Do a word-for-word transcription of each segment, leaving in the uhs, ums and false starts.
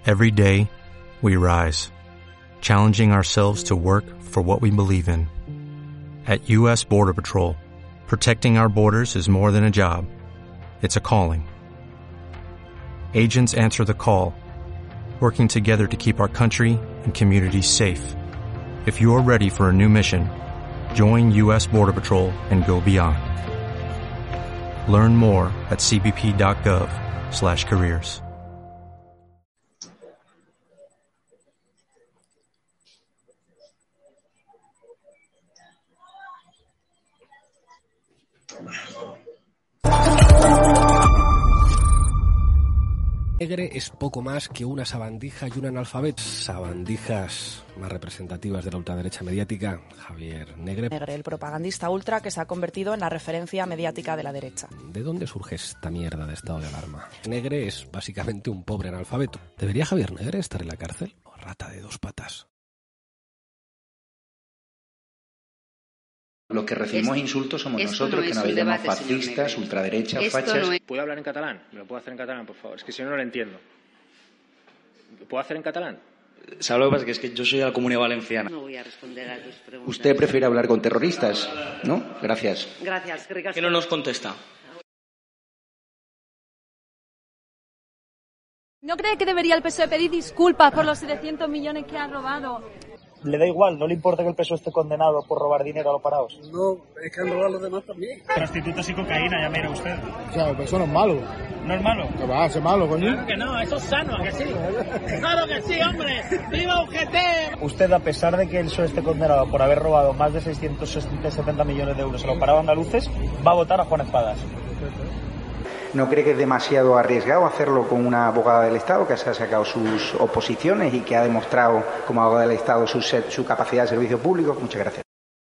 Every day, we rise, challenging ourselves to work for what we believe in. At U S Border Patrol, protecting our borders is more than a job. It's a calling. Agents answer the call, working together to keep our country and communities safe. If you're ready for a new mission, join U S Border Patrol and go beyond. Learn more at c b p dot gov slash careers. Negre es poco más que una sabandija y un analfabeto. Sabandijas más representativas de la ultraderecha mediática, Javier Negre. Negre, el propagandista ultra que se ha convertido en la referencia mediática de la derecha. ¿De dónde surge esta mierda de estado de alarma? Negre es básicamente un pobre analfabeto. ¿Debería Javier Negre estar en la cárcel? O rata de dos patas. Los que recibimos esto, insultos somos esto nosotros, no que es nos un llamamos debate, fascistas, ultraderechas, Esto fachas. no es... ¿Puedo hablar en catalán? ¿Me lo puedo hacer en catalán, por favor? Es que si no, no lo entiendo. ¿Puedo hacer en catalán? ¿Sabes lo que pasa? Que es que yo soy de la Comunidad Valenciana. No voy a responder a tus preguntas. Usted prefiere hablar con terroristas, ¿no? Gracias. Gracias. ¿Qué no nos contesta? ¿No cree que debería el P S O E pedir disculpas por los setecientos millones que ha robado? Le da igual, no le importa que el P S O E esté condenado por robar dinero a los parados. No, es que han robado los demás también. Prostitutas y cocaína, ya mira usted. O sea, pues eso no es malo. ¿No es malo? Que va a ser malo, coño. Claro que no, eso es sano, ¿a que sí? ¡Claro que sí, hombre! ¡Viva U G T! Usted, a pesar de que el P S O E esté condenado por haber robado más de seiscientos setenta millones de euros a los parados andaluces, va a votar a Juan Espadas. ¿No cree que es demasiado arriesgado hacerlo con una abogada del Estado que se ha sacado sus oposiciones y que ha demostrado como abogada del Estado su, su capacidad de servicio público? Muchas gracias.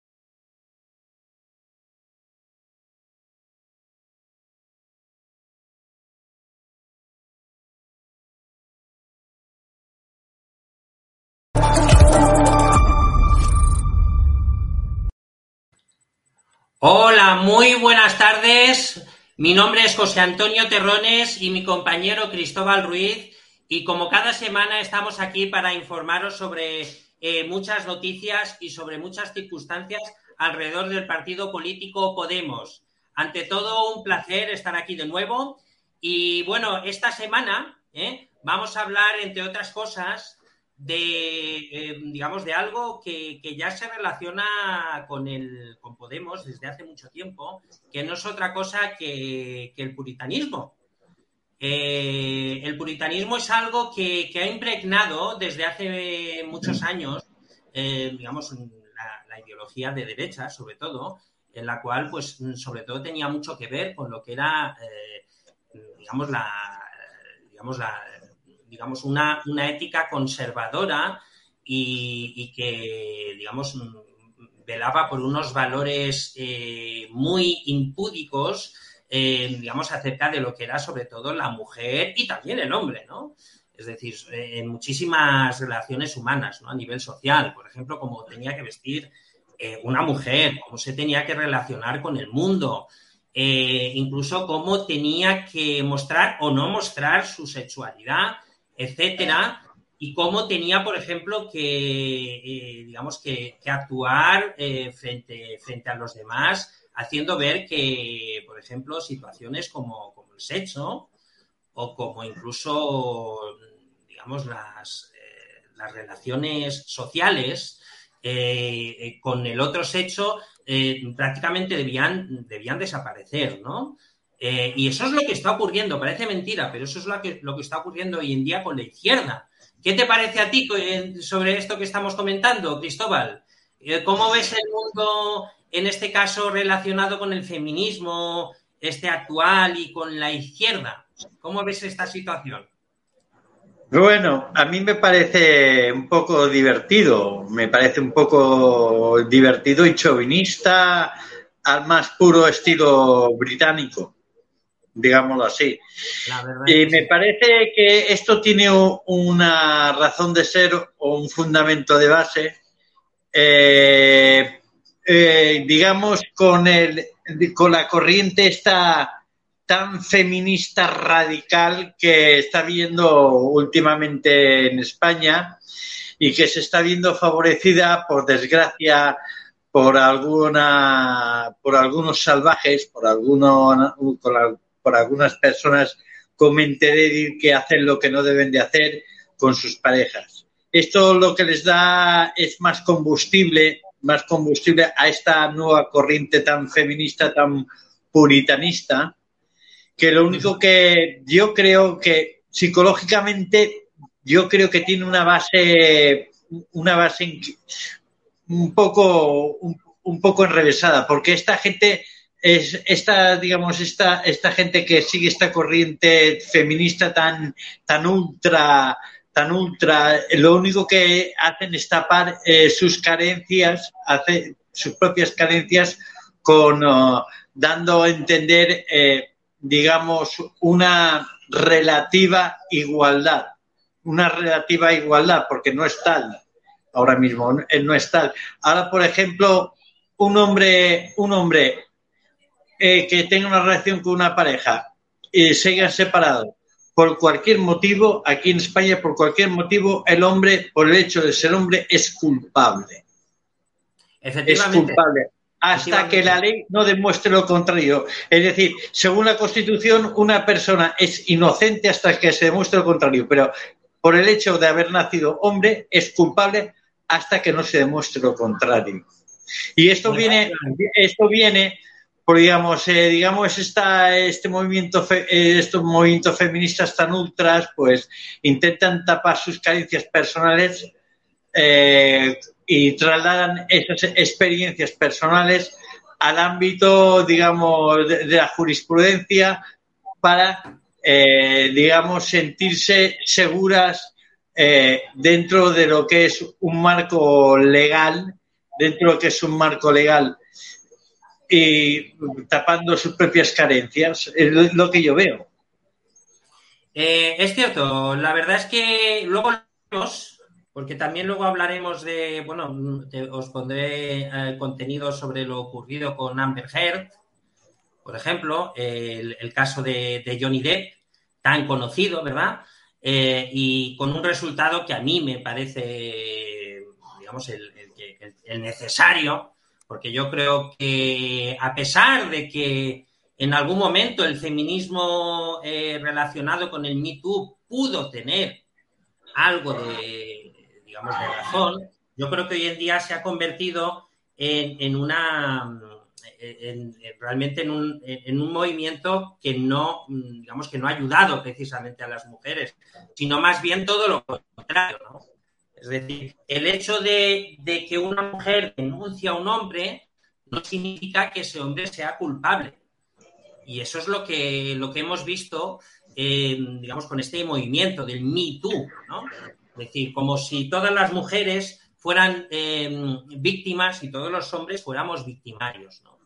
Hola, muy buenas tardes. Mi nombre es José Antonio Terrones y mi compañero Cristóbal Ruiz, y como cada semana estamos aquí para informaros sobre eh, muchas noticias y sobre muchas circunstancias alrededor del partido político Podemos. Ante todo, un placer estar aquí de nuevo y bueno, esta semana eh, vamos a hablar, entre otras cosas, de eh, digamos de algo que, que ya se relaciona con el con Podemos desde hace mucho tiempo, que no es otra cosa que, que el puritanismo. Eh, el puritanismo es algo que, que ha impregnado desde hace muchos años, eh, digamos, la, la ideología de derecha, sobre todo, en la cual, pues, sobre todo tenía mucho que ver con lo que era, eh, digamos, la, digamos, la digamos, una, una ética conservadora y, y que, digamos, velaba por unos valores eh, muy impúdicos, eh, digamos, acerca de lo que era sobre todo la mujer y también el hombre, ¿no? Es decir, en muchísimas relaciones humanas, ¿no? A nivel social, por ejemplo, cómo tenía que vestir eh, una mujer, cómo se tenía que relacionar con el mundo, eh, incluso cómo tenía que mostrar o no mostrar su sexualidad, etcétera, y cómo tenía, por ejemplo, que, eh, digamos, que, que actuar eh, frente, frente a los demás, haciendo ver que, por ejemplo, situaciones como, como el sexo o como incluso, digamos, las, eh, las relaciones sociales eh, eh, con el otro sexo eh, prácticamente debían, debían desaparecer, ¿no? Eh, y eso es lo que está ocurriendo, parece mentira, pero eso es lo que, lo que está ocurriendo hoy en día con la izquierda. ¿Qué te parece a ti sobre esto que estamos comentando, Cristóbal? ¿Cómo ves el mundo, en este caso, relacionado con el feminismo este actual y con la izquierda? ¿Cómo ves esta situación? Bueno, a mí me parece un poco divertido, me parece un poco divertido y chauvinista al más puro estilo británico, digámoslo así. Y me parece que esto tiene una razón de ser o un fundamento de base, eh, eh, digamos, con, el, con la corriente esta tan feminista radical que está viendo últimamente en España y que se está viendo favorecida, por desgracia, por alguna, por algunos salvajes, por algunos, por algunas personas con mente débil que hacen lo que no deben de hacer con sus parejas. Esto lo que les da es más combustible, más combustible a esta nueva corriente tan feminista, tan puritanista, que lo único que yo creo que psicológicamente yo creo que tiene una base una base un poco un, un poco enrevesada, porque esta gente es esta digamos esta esta gente que sigue esta corriente feminista tan tan ultra tan ultra lo único que hacen es tapar eh, sus carencias, hace sus propias carencias con uh, dando a entender eh, digamos, una relativa igualdad, una relativa igualdad, porque no es tal, ahora mismo no es tal. Ahora, por ejemplo, un hombre, un hombre eh, que tenga una relación con una pareja y se hayan separado por cualquier motivo, aquí en España, por cualquier motivo, el hombre, por el hecho de ser hombre, es culpable. Efectivamente. Es culpable. Hasta que la ley no demuestre lo contrario. Es decir, según la Constitución, una persona es inocente hasta que se demuestre lo contrario, pero por el hecho de haber nacido hombre es culpable hasta que no se demuestre lo contrario. Y esto bueno, viene, esto viene, por digamos, eh, digamos esta, este movimiento, fe, eh, estos movimientos feministas tan ultras, pues intentan tapar sus carencias personales. Eh, y trasladan esas experiencias personales al ámbito, digamos, de, de la jurisprudencia para, eh, digamos, sentirse seguras eh, dentro de lo que es un marco legal, dentro de lo que es un marco legal y tapando sus propias carencias. Es lo que yo veo. Eh, es cierto, la verdad es que luego los porque también luego hablaremos de, bueno, te, os pondré eh, contenido sobre lo ocurrido con Amber Heard, por ejemplo, eh, el, el caso de, de Johnny Depp, tan conocido, ¿verdad? Eh, y con un resultado que a mí me parece, digamos, el, el, el, el necesario, porque yo creo que a pesar de que en algún momento el feminismo eh, relacionado con el Me Too pudo tener algo de digamos, de razón, yo creo que hoy en día se ha convertido en, en una, en, en, realmente en un, en un movimiento que no, digamos, que no ha ayudado precisamente a las mujeres, sino más bien todo lo contrario, ¿no? Es decir, el hecho de, de que una mujer denuncie a un hombre no significa que ese hombre sea culpable. Y eso es lo que, lo que hemos visto, eh, digamos, con este movimiento del Me Too, ¿no? Es decir, como si todas las mujeres fueran eh, víctimas y todos los hombres fuéramos victimarios, ¿no?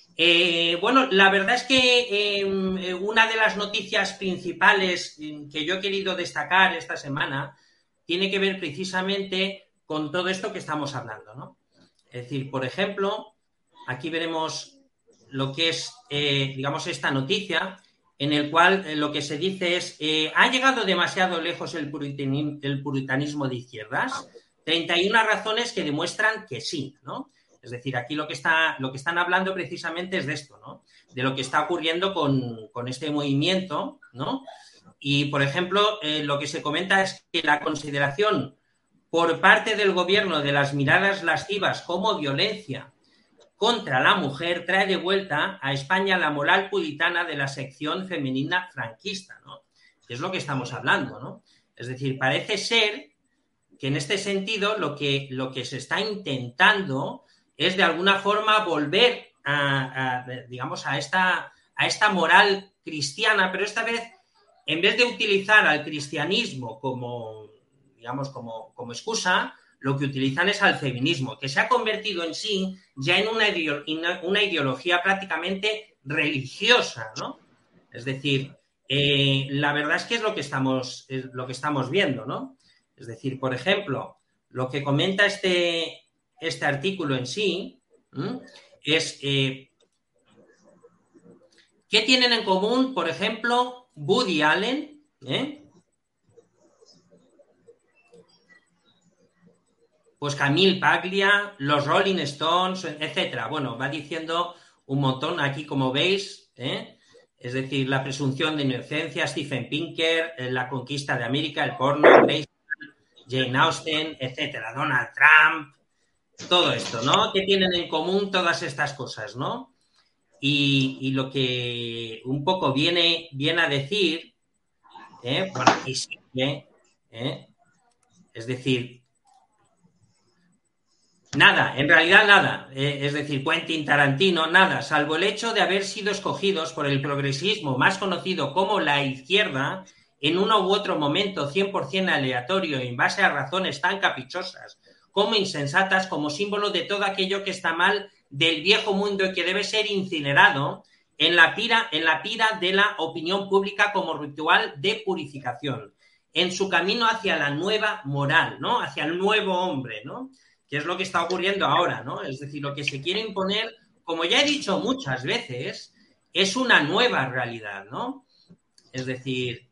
Eh, bueno, la verdad es que eh, una de las noticias principales que yo he querido destacar esta semana tiene que ver precisamente con todo esto que estamos hablando, ¿no? Es decir, por ejemplo, aquí veremos lo que es, eh, digamos, esta noticia, en el cual eh, lo que se dice es, eh, ¿ha llegado demasiado lejos el, puritanismo, el puritanismo de izquierdas? treinta y una razones que demuestran que sí, ¿no? Es decir, aquí lo que, está, lo que están hablando precisamente es de esto, ¿no? De lo que está ocurriendo con, con este movimiento, ¿no? Y, por ejemplo, eh, lo que se comenta es que la consideración por parte del gobierno de las miradas lascivas como violencia contra la mujer trae de vuelta a España la moral puritana de la sección femenina franquista, ¿no? Que es lo que estamos hablando, ¿no? Es decir, parece ser que en este sentido lo que, lo que se está intentando es de alguna forma volver a, a digamos, a esta, a esta moral cristiana, pero esta vez, en vez de utilizar al cristianismo como, digamos, como, como excusa, lo que utilizan es al feminismo, que se ha convertido en sí ya en una, ideo, una ideología prácticamente religiosa, ¿no? Es decir, eh, la verdad es que es lo que estamos, es lo que estamos viendo, ¿no? Es decir, por ejemplo, lo que comenta este, este artículo en sí ¿m? es, eh, ¿Qué tienen en común, por ejemplo, Woody Allen? ¿Eh? Pues Camille Paglia, los Rolling Stones, etcétera. Bueno, va diciendo un montón aquí, como veis, ¿eh? Es decir, la presunción de inocencia, Steven Pinker, la conquista de América, el porno, Grace, Jane Austen, etcétera. Donald Trump, todo esto, ¿no? ¿Qué tienen en común todas estas cosas, no? Y, y lo que un poco viene, viene a decir, ¿eh? Bueno, aquí sí, ¿eh? ¿eh? Es decir, nada, en realidad nada, eh, es decir, Quentin Tarantino, nada, salvo el hecho de haber sido escogidos por el progresismo más conocido como la izquierda en uno u otro momento cien por ciento aleatorio en base a razones tan caprichosas como insensatas, como símbolo de todo aquello que está mal del viejo mundo y que debe ser incinerado en la pira, en la pira de la opinión pública como ritual de purificación, en su camino hacia la nueva moral, ¿no? Hacia el nuevo hombre, ¿no? Que es lo que está ocurriendo ahora, ¿no? Es decir, lo que se quiere imponer, como ya he dicho muchas veces, es una nueva realidad, ¿no? Es decir,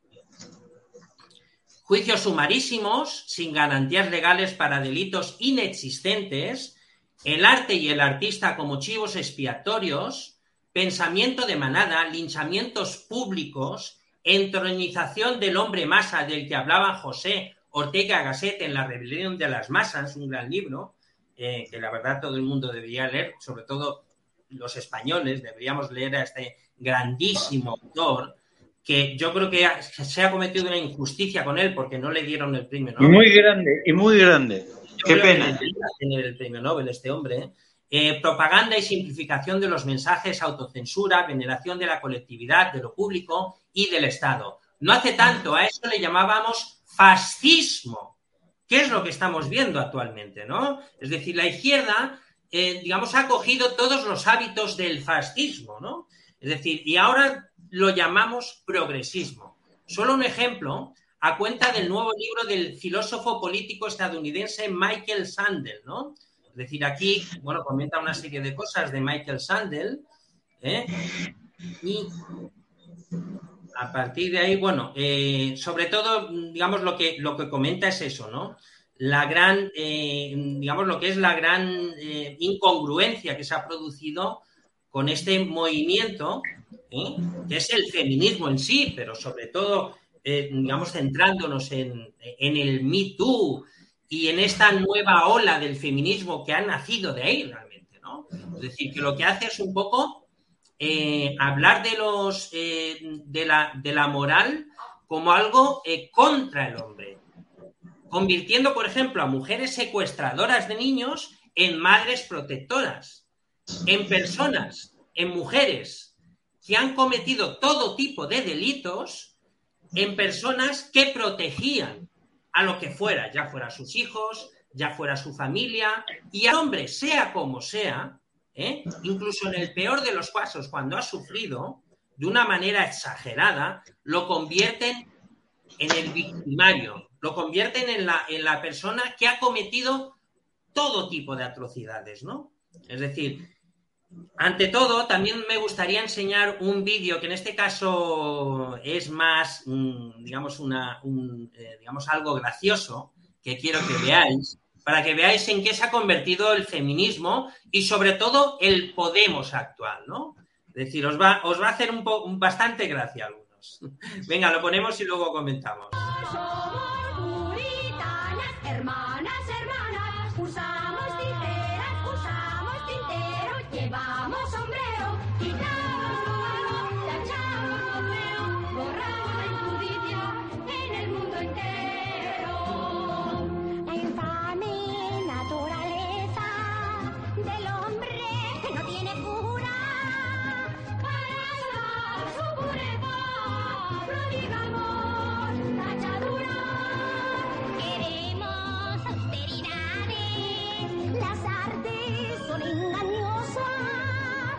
juicios sumarísimos, sin garantías legales para delitos inexistentes, el arte y el artista como chivos expiatorios, pensamiento de manada, linchamientos públicos, entronización del hombre masa del que hablaba José Ortega Gasset en La rebelión de las masas, un gran libro, eh, que la verdad todo el mundo debería leer, sobre todo los españoles, deberíamos leer a este grandísimo autor, que yo creo que se ha cometido una injusticia con él porque no le dieron el premio Nobel. Y muy grande, y muy grande. Yo Qué creo pena. que debería tener el premio Nobel este hombre. Eh, propaganda y simplificación de los mensajes, autocensura, veneración de la colectividad, de lo público y del Estado. No hace tanto, a eso le llamábamos fascismo, que es lo que estamos viendo actualmente, ¿no? Es decir, la izquierda, eh, digamos, ha cogido todos los hábitos del fascismo, ¿no? Es decir, y ahora lo llamamos progresismo. Solo un ejemplo, a cuenta del nuevo libro del filósofo político estadounidense Michael Sandel, ¿no? Es decir, aquí, bueno, comenta una serie de cosas de Michael Sandel, ¿eh? Y a partir de ahí, bueno, eh, sobre todo, digamos, lo que, lo que comenta es eso, ¿no? La gran, eh, digamos, lo que es la gran eh, incongruencia que se ha producido con este movimiento, ¿eh? Que es el feminismo en sí, pero sobre todo, eh, digamos, centrándonos en, en el Me Too y en esta nueva ola del feminismo que ha nacido de ahí realmente, ¿no? Es decir, que lo que hace es un poco Eh, hablar de los eh, de, la, de la moral como algo eh, contra el hombre, convirtiendo, por ejemplo, a mujeres secuestradoras de niños en madres protectoras, en personas, en mujeres que han cometido todo tipo de delitos, en personas que protegían a lo que fuera, ya fuera sus hijos, ya fuera su familia, y al hombre, sea como sea, ¿eh? Incluso en el peor de los casos, cuando ha sufrido de una manera exagerada, lo convierten en el victimario, lo convierten en la, en la persona que ha cometido todo tipo de atrocidades, ¿no? Es decir, ante todo, también me gustaría enseñar un vídeo que en este caso es más, digamos, una, un, eh, digamos algo gracioso, que quiero que veáis, para que veáis en qué se ha convertido el feminismo y, sobre todo, el Podemos actual, ¿no? Es decir, os va, os va a hacer un po- bastante gracia a algunos. Venga, lo ponemos y luego comentamos. Somos puritanas, hermanas, hermanas, usamos tijeras, usamos tintero, llevamos sombrero, quitamos lo tachamos lo feo, borramos la injusticia en el mundo entero. Del hombre que no tiene cura, para su pureza, prodigamos tachadura. Queremos austeridades, las artes son engañosas.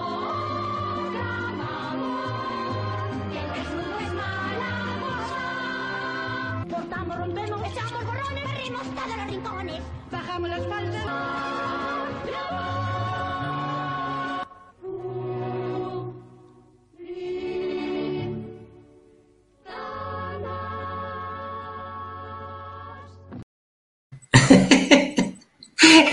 Proclamamos que el desnudo es mala cosa. Cortamos, rompemos, echamos borrones, barrimos todos los rincones, bajamos las faldas.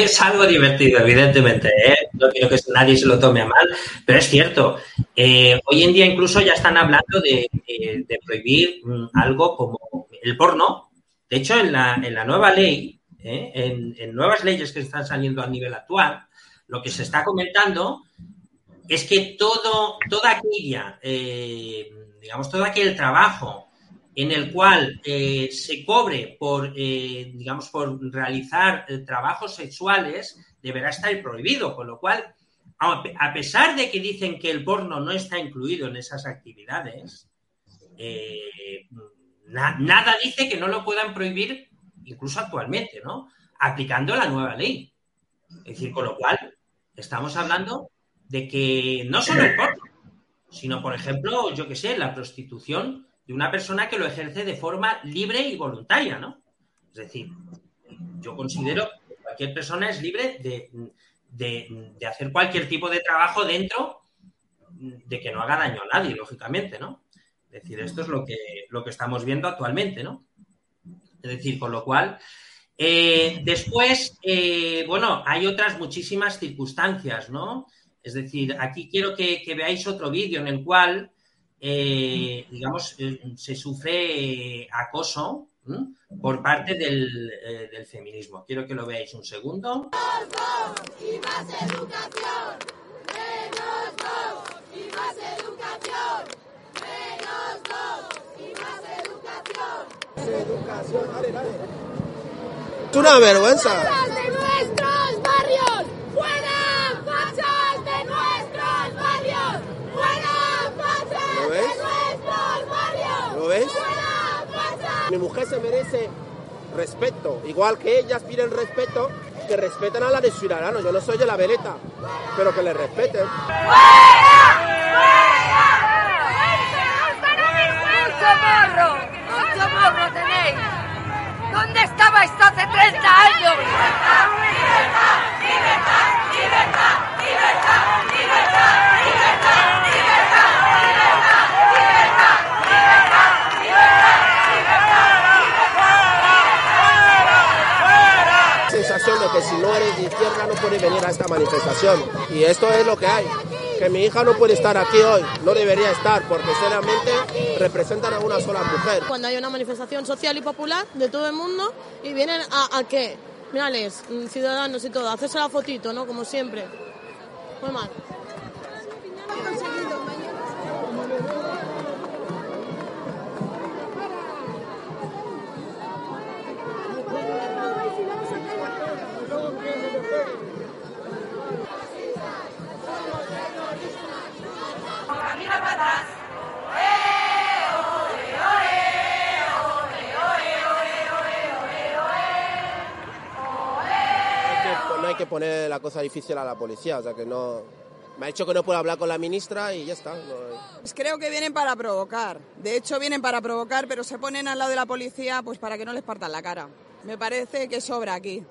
es algo divertido, evidentemente, ¿eh? No quiero que nadie se lo tome a mal, pero es cierto. Eh, hoy en día incluso ya están hablando de, de, de prohibir mm, algo como el porno. De hecho, en la, en la nueva ley, ¿eh? en, en nuevas leyes que están saliendo a nivel actual, lo que se está comentando es que todo, toda aquella, eh, digamos, todo aquel trabajo en el cual eh, se cobre por, eh, digamos, por realizar eh, trabajos sexuales, deberá estar prohibido, con lo cual, a pesar de que dicen que el porno no está incluido en esas actividades, eh, na- nada dice que no lo puedan prohibir, incluso actualmente, ¿no? Aplicando la nueva ley. Es decir, con lo cual, estamos hablando de que no solo el porno, sino, por ejemplo, yo qué sé, la prostitución de una persona que lo ejerce de forma libre y voluntaria, ¿no? Es decir, yo considero que cualquier persona es libre de, de, de hacer cualquier tipo de trabajo dentro de que no haga daño a nadie, lógicamente, ¿no? Es decir, esto es lo que, lo que estamos viendo actualmente, ¿no? Es decir, con lo cual, eh, después, eh, bueno, hay otras muchísimas circunstancias, ¿no? Es decir, aquí quiero que, que veáis otro vídeo en el cual Eh, digamos, eh, se sufre eh, acoso ¿eh? por parte del, eh, del feminismo. Quiero que lo veáis un segundo. Y más educación, menos dos, y más educación, menos dos, y más educación. Educación, dale, dale. Es una vergüenza. ¡Fachas de nuestros barrios! ¡Fuera! ¡Fachas de nuestros barrios! ¡Fuera! ¿Lo ves? ¿Lo ves? Mi mujer se merece respeto, igual que ellas piden respeto, que respeten a la de ciudadanos. Yo no soy de la veleta, pero que le respeten. ¡Mucho morro! ¡Mucho morro tenéis! ¿Dónde estabais hace treinta años? ¡Libertad! ¡Libertad! ¡Libertad! ¡Libertad! ¡Libertad! ¡Libertad! ¡Libertad! Sensación de que si no eres de izquierda no puedes venir a esta manifestación, y esto es lo que hay, que mi hija no puede estar aquí hoy, no debería estar, porque solamente representan a una sola mujer. Cuando hay una manifestación social y popular de todo el mundo y vienen a, ¿a qué? Mirales, ciudadanos y todo, a hacerse la fotito, ¿no? Como siempre. Muy mal. No hay que poner la cosa difícil a la policía, o sea que no... Me ha dicho que no puedo hablar con la ministra y ya está. No... Pues creo que vienen para provocar. De hecho, vienen para provocar, pero se ponen al lado de la policía pues para que no les partan la cara. Me parece que sobra aquí.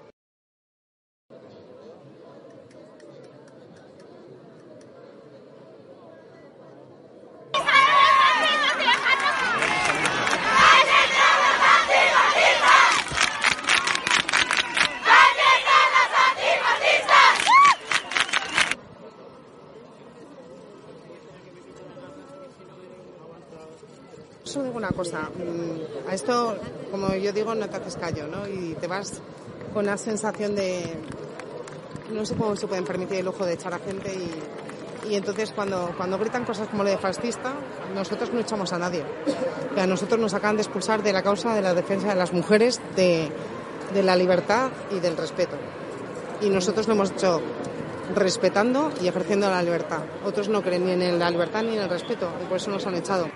Solo digo una cosa, a esto, como yo digo, no te haces callo, ¿no? Y te vas con una sensación de... No sé cómo se pueden permitir el lujo de echar a gente y, y entonces cuando, cuando gritan cosas como lo de fascista, nosotros no echamos a nadie. Que a nosotros nos acaban de expulsar de la causa de la defensa de las mujeres, de, de la libertad y del respeto. Y nosotros lo hemos hecho respetando y ejerciendo la libertad. Otros no creen ni en la libertad ni en el respeto y por eso nos han echado.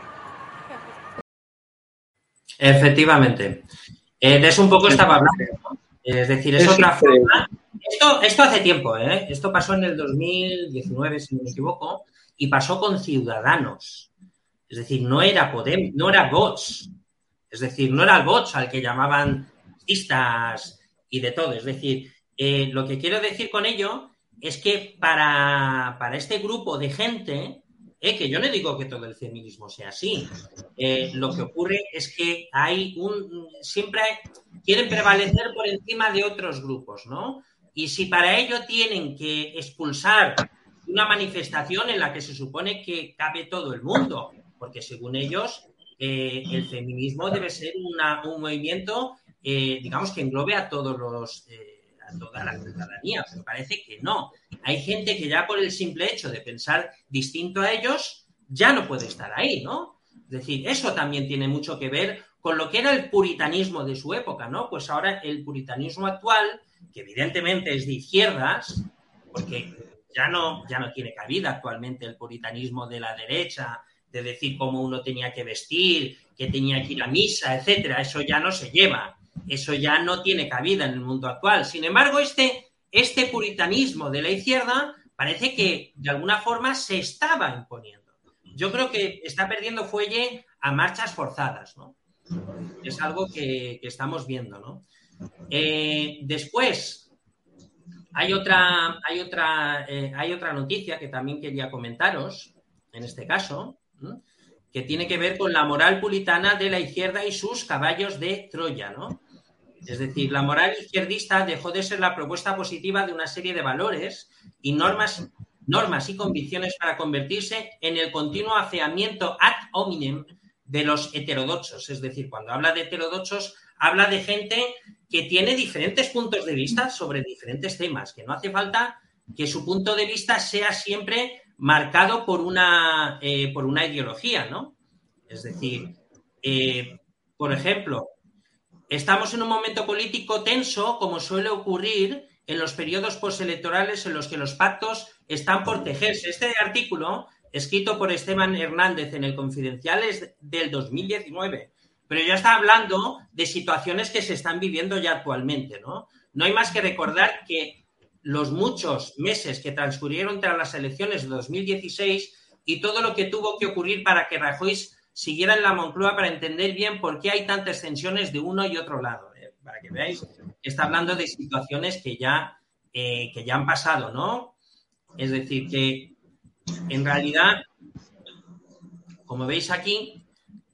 Efectivamente. Eh, de eso un poco estaba hablando, ¿no? Es decir, es, es otra forma. Esto, esto hace tiempo, ¿eh? Esto pasó en el dos mil diecinueve, si no me equivoco, y pasó con Ciudadanos. Es decir, no era Podem, no era Vox. Es decir, no era el Vox al que llamaban fascistas y de todo. Es decir, eh, lo que quiero decir con ello es que para, para este grupo de gente... Eh, que yo no digo que todo el feminismo sea así. Eh, lo que ocurre es que hay un... Siempre hay, quieren prevalecer por encima de otros grupos, ¿no? Y si para ello tienen que expulsar una manifestación en la que se supone que cabe todo el mundo, porque según ellos eh, el feminismo debe ser una, un movimiento, eh, digamos, que englobe a todos los... Eh, a toda la ciudadanía. Me parece que no. Hay gente que ya por el simple hecho de pensar distinto a ellos ya no puede estar ahí, ¿no? Es decir, eso también tiene mucho que ver con lo que era el puritanismo de su época, ¿no? Pues ahora el puritanismo actual, que evidentemente es de izquierdas, porque ya no, ya no tiene cabida actualmente el puritanismo de la derecha, de decir cómo uno tenía que vestir, que tenía que ir a misa, etcétera. Eso ya no se lleva. Eso ya no tiene cabida en el mundo actual. Sin embargo, este, este puritanismo de la izquierda parece que de alguna forma se estaba imponiendo. Yo creo que está perdiendo fuelle a marchas forzadas, ¿no? Es algo que, que estamos viendo, ¿no? Eh, después, hay otra, hay, otra, eh, hay otra noticia que también quería comentaros, en este caso, ¿no? Que tiene que ver con la moral puritana de la izquierda y sus caballos de Troya, ¿no? Es decir, la moral izquierdista dejó de ser la propuesta positiva de una serie de valores y normas, normas y convicciones para convertirse en el continuo afeamiento ad hominem de los heterodoxos. Es decir, cuando habla de heterodoxos, habla de gente que tiene diferentes puntos de vista sobre diferentes temas, que no hace falta que su punto de vista sea siempre marcado por una, eh, por una ideología, ¿no? Es decir, eh, por ejemplo, estamos en un momento político tenso, como suele ocurrir en los periodos postelectorales en los que los pactos están por tejerse. Este artículo, escrito por Esteban Hernández en El Confidencial, es del dos mil diecinueve, pero ya está hablando de situaciones que se están viviendo ya actualmente, ¿no? No hay más que recordar que los muchos meses que transcurrieron tras las elecciones de dos mil dieciséis y todo lo que tuvo que ocurrir para que Rajoy siguiera en la Moncloa para entender bien por qué hay tantas tensiones de uno y otro lado. ¿eh? Para que veáis, está hablando de situaciones que ya, eh, que ya han pasado, ¿no? Es decir, que en realidad, como veis aquí,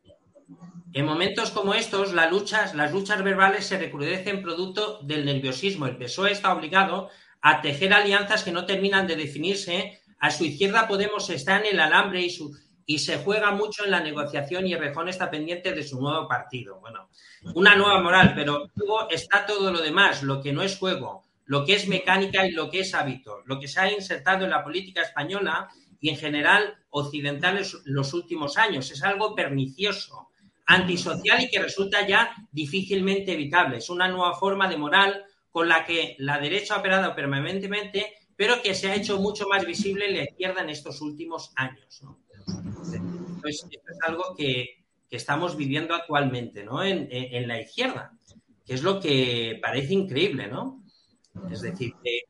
en momentos como estos, las luchas, las luchas verbales se recrudecen producto del nerviosismo. El P S O E está obligado a tejer alianzas que no terminan de definirse. A su izquierda Podemos está en el alambre y su y se juega mucho en la negociación y Errejón está pendiente de su nuevo partido. Bueno, una nueva moral, pero luego está todo lo demás, lo que no es juego, lo que es mecánica y lo que es hábito, lo que se ha insertado en la política española y en general occidental en los últimos años. Es algo pernicioso, antisocial y que resulta ya difícilmente evitable. Es una nueva forma de moral con la que la derecha ha operado permanentemente, pero que se ha hecho mucho más visible en la izquierda en estos últimos años, ¿no? Pues esto es algo que, que estamos viviendo actualmente, ¿no? En, en, en la izquierda, que es lo que parece increíble, ¿no? Es decir, que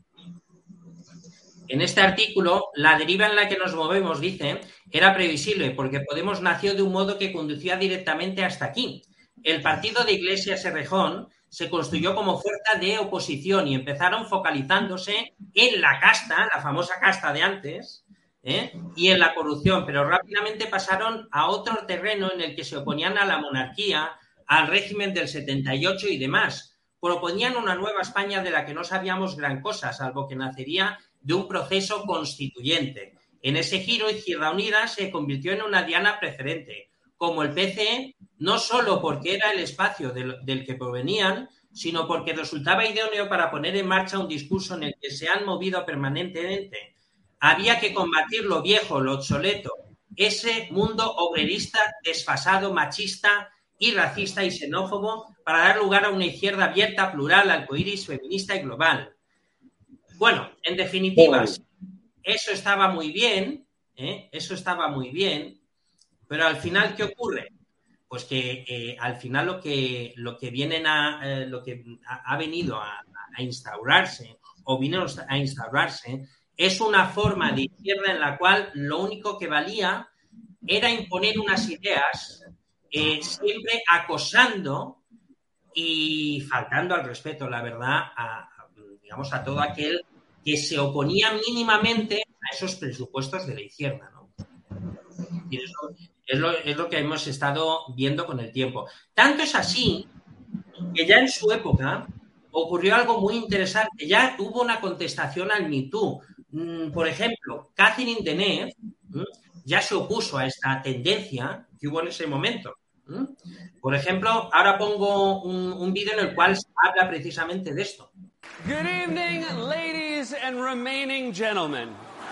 en este artículo, la deriva en la que nos movemos, dice, era previsible porque Podemos nació de un modo que conducía directamente hasta aquí. El partido de Iglesias Errejón se construyó como fuerza de oposición y empezaron focalizándose en la casta, la famosa casta de antes, ¿Eh? y en la corrupción, pero rápidamente pasaron a otro terreno en el que se oponían a la monarquía, al régimen del setenta y ocho y demás. Proponían una nueva España de la que no sabíamos gran cosa, salvo que nacería de un proceso constituyente. En ese giro, Izquierda Unida se convirtió en una diana preferente, como el P C E, no solo porque era el espacio del, del que provenían, sino porque resultaba idóneo para poner en marcha un discurso en el que se han movido permanentemente. Había que combatir lo viejo, lo obsoleto, ese mundo obrerista, desfasado, machista y racista y xenófobo para dar lugar a una izquierda abierta, plural, arcoíris, feminista y global. Bueno, en definitiva, eso estaba muy bien, ¿eh? eso estaba muy bien, pero al final, ¿qué ocurre? Pues que eh, al final lo que, lo que vienen a, eh, lo que ha, ha venido a, a instaurarse o vino a instaurarse es una forma de izquierda en la cual lo único que valía era imponer unas ideas, eh, siempre acosando y faltando al respeto, la verdad, a, a, digamos, a todo aquel que se oponía mínimamente a esos presupuestos de la izquierda, ¿no? Y eso es lo, es lo que hemos estado viendo con el tiempo. Tanto es así que ya en su época ocurrió algo muy interesante. Ya hubo una contestación al Me Too. Por ejemplo, Catherine Deneuve ya se opuso a esta tendencia que hubo en ese momento. Por ejemplo, ahora pongo un, un vídeo en el cual se habla precisamente de esto. Good evening, ladies and remaining gentlemen.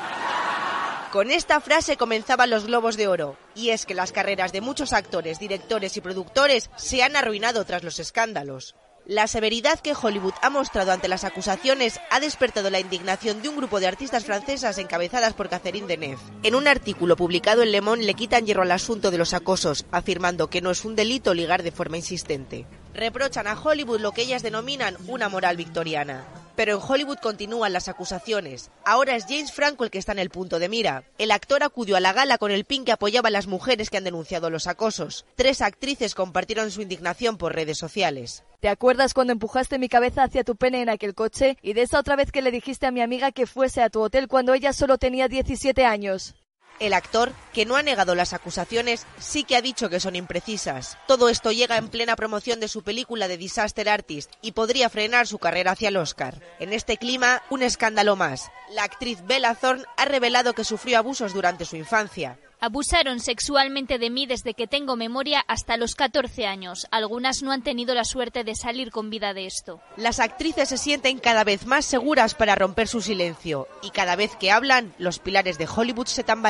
Con esta frase comenzaban los Globos de Oro, y es que las carreras de muchos actores, directores y productores se han arruinado tras los escándalos. La severidad que Hollywood ha mostrado ante las acusaciones ha despertado la indignación de un grupo de artistas francesas encabezadas por Catherine Deneuve. En un artículo publicado en Le Monde le quitan hierro al asunto de los acosos, afirmando que no es un delito ligar de forma insistente. Reprochan a Hollywood lo que ellas denominan una moral victoriana. Pero en Hollywood continúan las acusaciones. Ahora es James Franco el que está en el punto de mira. El actor acudió a la gala con el pin que apoyaba a las mujeres que han denunciado los acosos. Tres actrices compartieron su indignación por redes sociales. ¿Te acuerdas cuando empujaste mi cabeza hacia tu pene en aquel coche? Y de esa otra vez que le dijiste a mi amiga que fuese a tu hotel cuando ella solo tenía diecisiete años. El actor, que no ha negado las acusaciones, sí que ha dicho que son imprecisas. Todo esto llega en plena promoción de su película The Disaster Artist y podría frenar su carrera hacia el Oscar. En este clima, un escándalo más. La actriz Bella Thorne ha revelado que sufrió abusos durante su infancia. Abusaron sexualmente de mí desde que tengo memoria hasta los catorce años. Algunas no han tenido la suerte de salir con vida de esto. Las actrices se sienten cada vez más seguras para romper su silencio. Y cada vez que hablan, los pilares de Hollywood se tambalean.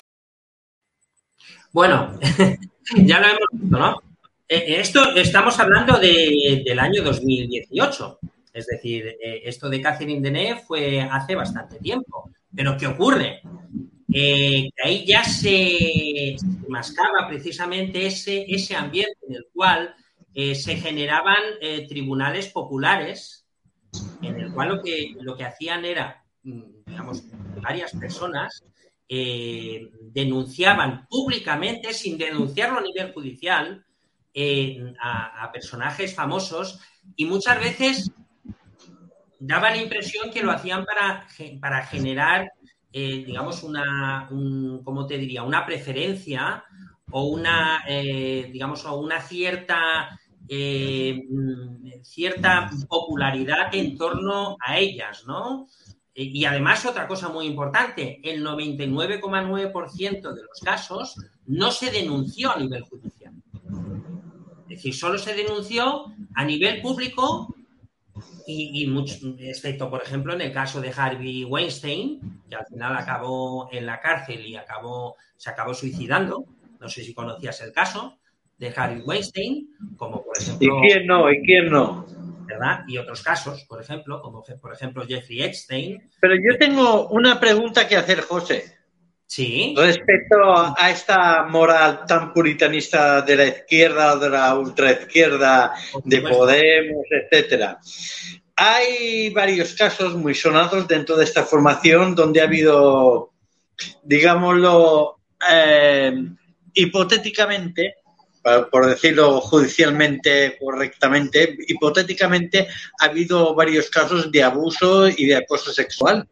Bueno, ya lo hemos visto, ¿no? Eh, esto estamos hablando de, del año dos mil dieciocho. Es decir, eh, esto de Catherine Deneuve fue hace bastante tiempo. Pero ¿qué ocurre? Eh, que ahí ya se mascaba precisamente ese, ese ambiente en el cual eh, se generaban eh, tribunales populares, en el cual lo que, lo que hacían era, digamos, varias personas eh, denunciaban públicamente, sin denunciarlo a nivel judicial, eh, a, a personajes famosos, y muchas veces daba la impresión que lo hacían para, para generar Eh, digamos, una, un, ¿cómo te diría? Una preferencia o una, eh, digamos, o una cierta, eh, cierta popularidad en torno a ellas, ¿no? Y además, otra cosa muy importante, el noventa y nueve coma nueve por ciento de los casos no se denunció a nivel judicial. Es decir, solo se denunció a nivel público. Y, y mucho, excepto, por ejemplo, en el caso de Harvey Weinstein, que al final acabó en la cárcel y acabó, se acabó suicidando. No sé si conocías el caso de Harvey Weinstein, como por ejemplo... ¿Y quién no? ¿Y quién no? ¿Verdad? Y otros casos, por ejemplo, como por ejemplo Jeffrey Epstein. Pero yo tengo una pregunta que hacer, José. Sí. Respecto a esta moral tan puritanista de la izquierda o de la ultraizquierda, de Podemos, etcétera. Hay varios casos muy sonados dentro de esta formación donde ha habido, digámoslo, eh, hipotéticamente, por decirlo judicialmente correctamente, hipotéticamente ha habido varios casos de abuso y de acoso sexual.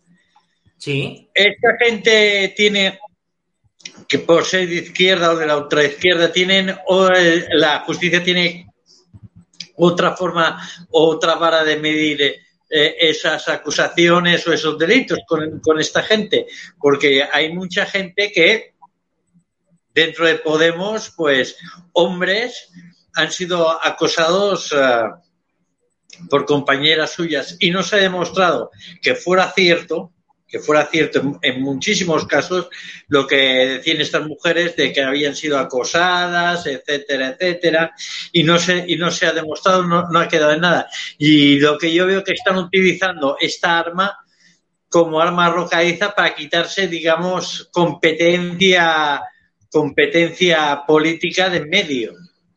Sí. Esta gente tiene, que por ser de izquierda o de la ultraizquierda, tienen, o la justicia tiene otra forma, otra vara de medir eh, esas acusaciones o esos delitos con, con esta gente, porque hay mucha gente que dentro de Podemos, pues hombres han sido acosados uh, por compañeras suyas y no se ha demostrado que fuera cierto, que fuera cierto en, en muchísimos casos lo que decían estas mujeres de que habían sido acosadas, etcétera, etcétera, y no se, y no se ha demostrado, no, no ha quedado en nada. Y lo que yo veo que están utilizando esta arma como arma arrojadiza para quitarse, digamos, competencia, competencia política de en medio.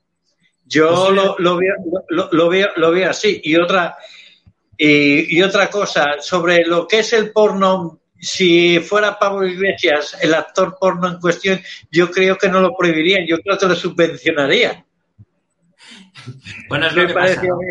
Yo lo, lo, veo, lo, lo, veo, lo veo así. Y otra... Y, y otra cosa, sobre lo que es el porno, si fuera Pablo Iglesias el actor porno en cuestión, yo creo que no lo prohibirían, yo creo que lo subvencionaría. Bueno, es lo que pasa, ¿no?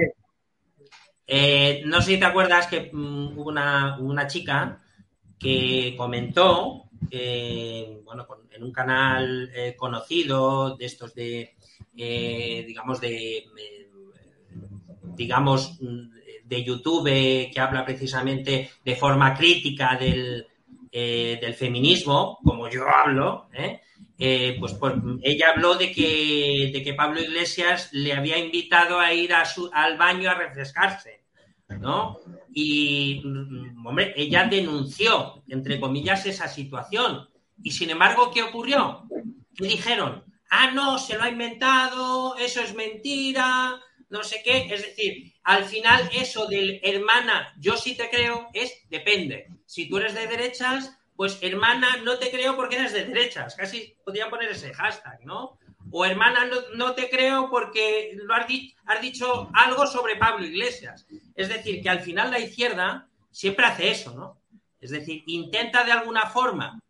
Eh, no sé si te acuerdas que um, hubo una, una chica que comentó, eh, bueno, en un canal eh, conocido, de estos de, eh, digamos, de, eh, digamos, de YouTube eh, que habla precisamente de forma crítica del, eh, del feminismo, como yo hablo, ¿eh? Eh, pues, pues ella habló de que, de que Pablo Iglesias le había invitado a ir a su, al baño a refrescarse, ¿no? Y, hombre, ella denunció, entre comillas, esa situación. Y, sin embargo, ¿qué ocurrió? ¿Qué dijeron? Ah, no, se lo ha inventado, eso es mentira, no sé qué. Es decir, al final eso del hermana, yo sí te creo, es depende. Si tú eres de derechas, pues hermana, no te creo porque eres de derechas. Casi podrían poner ese hashtag, ¿no? O hermana, no, no te creo porque lo has, di- has dicho algo sobre Pablo Iglesias. Es decir, que al final la izquierda siempre hace eso, ¿no? Es decir, intenta de alguna forma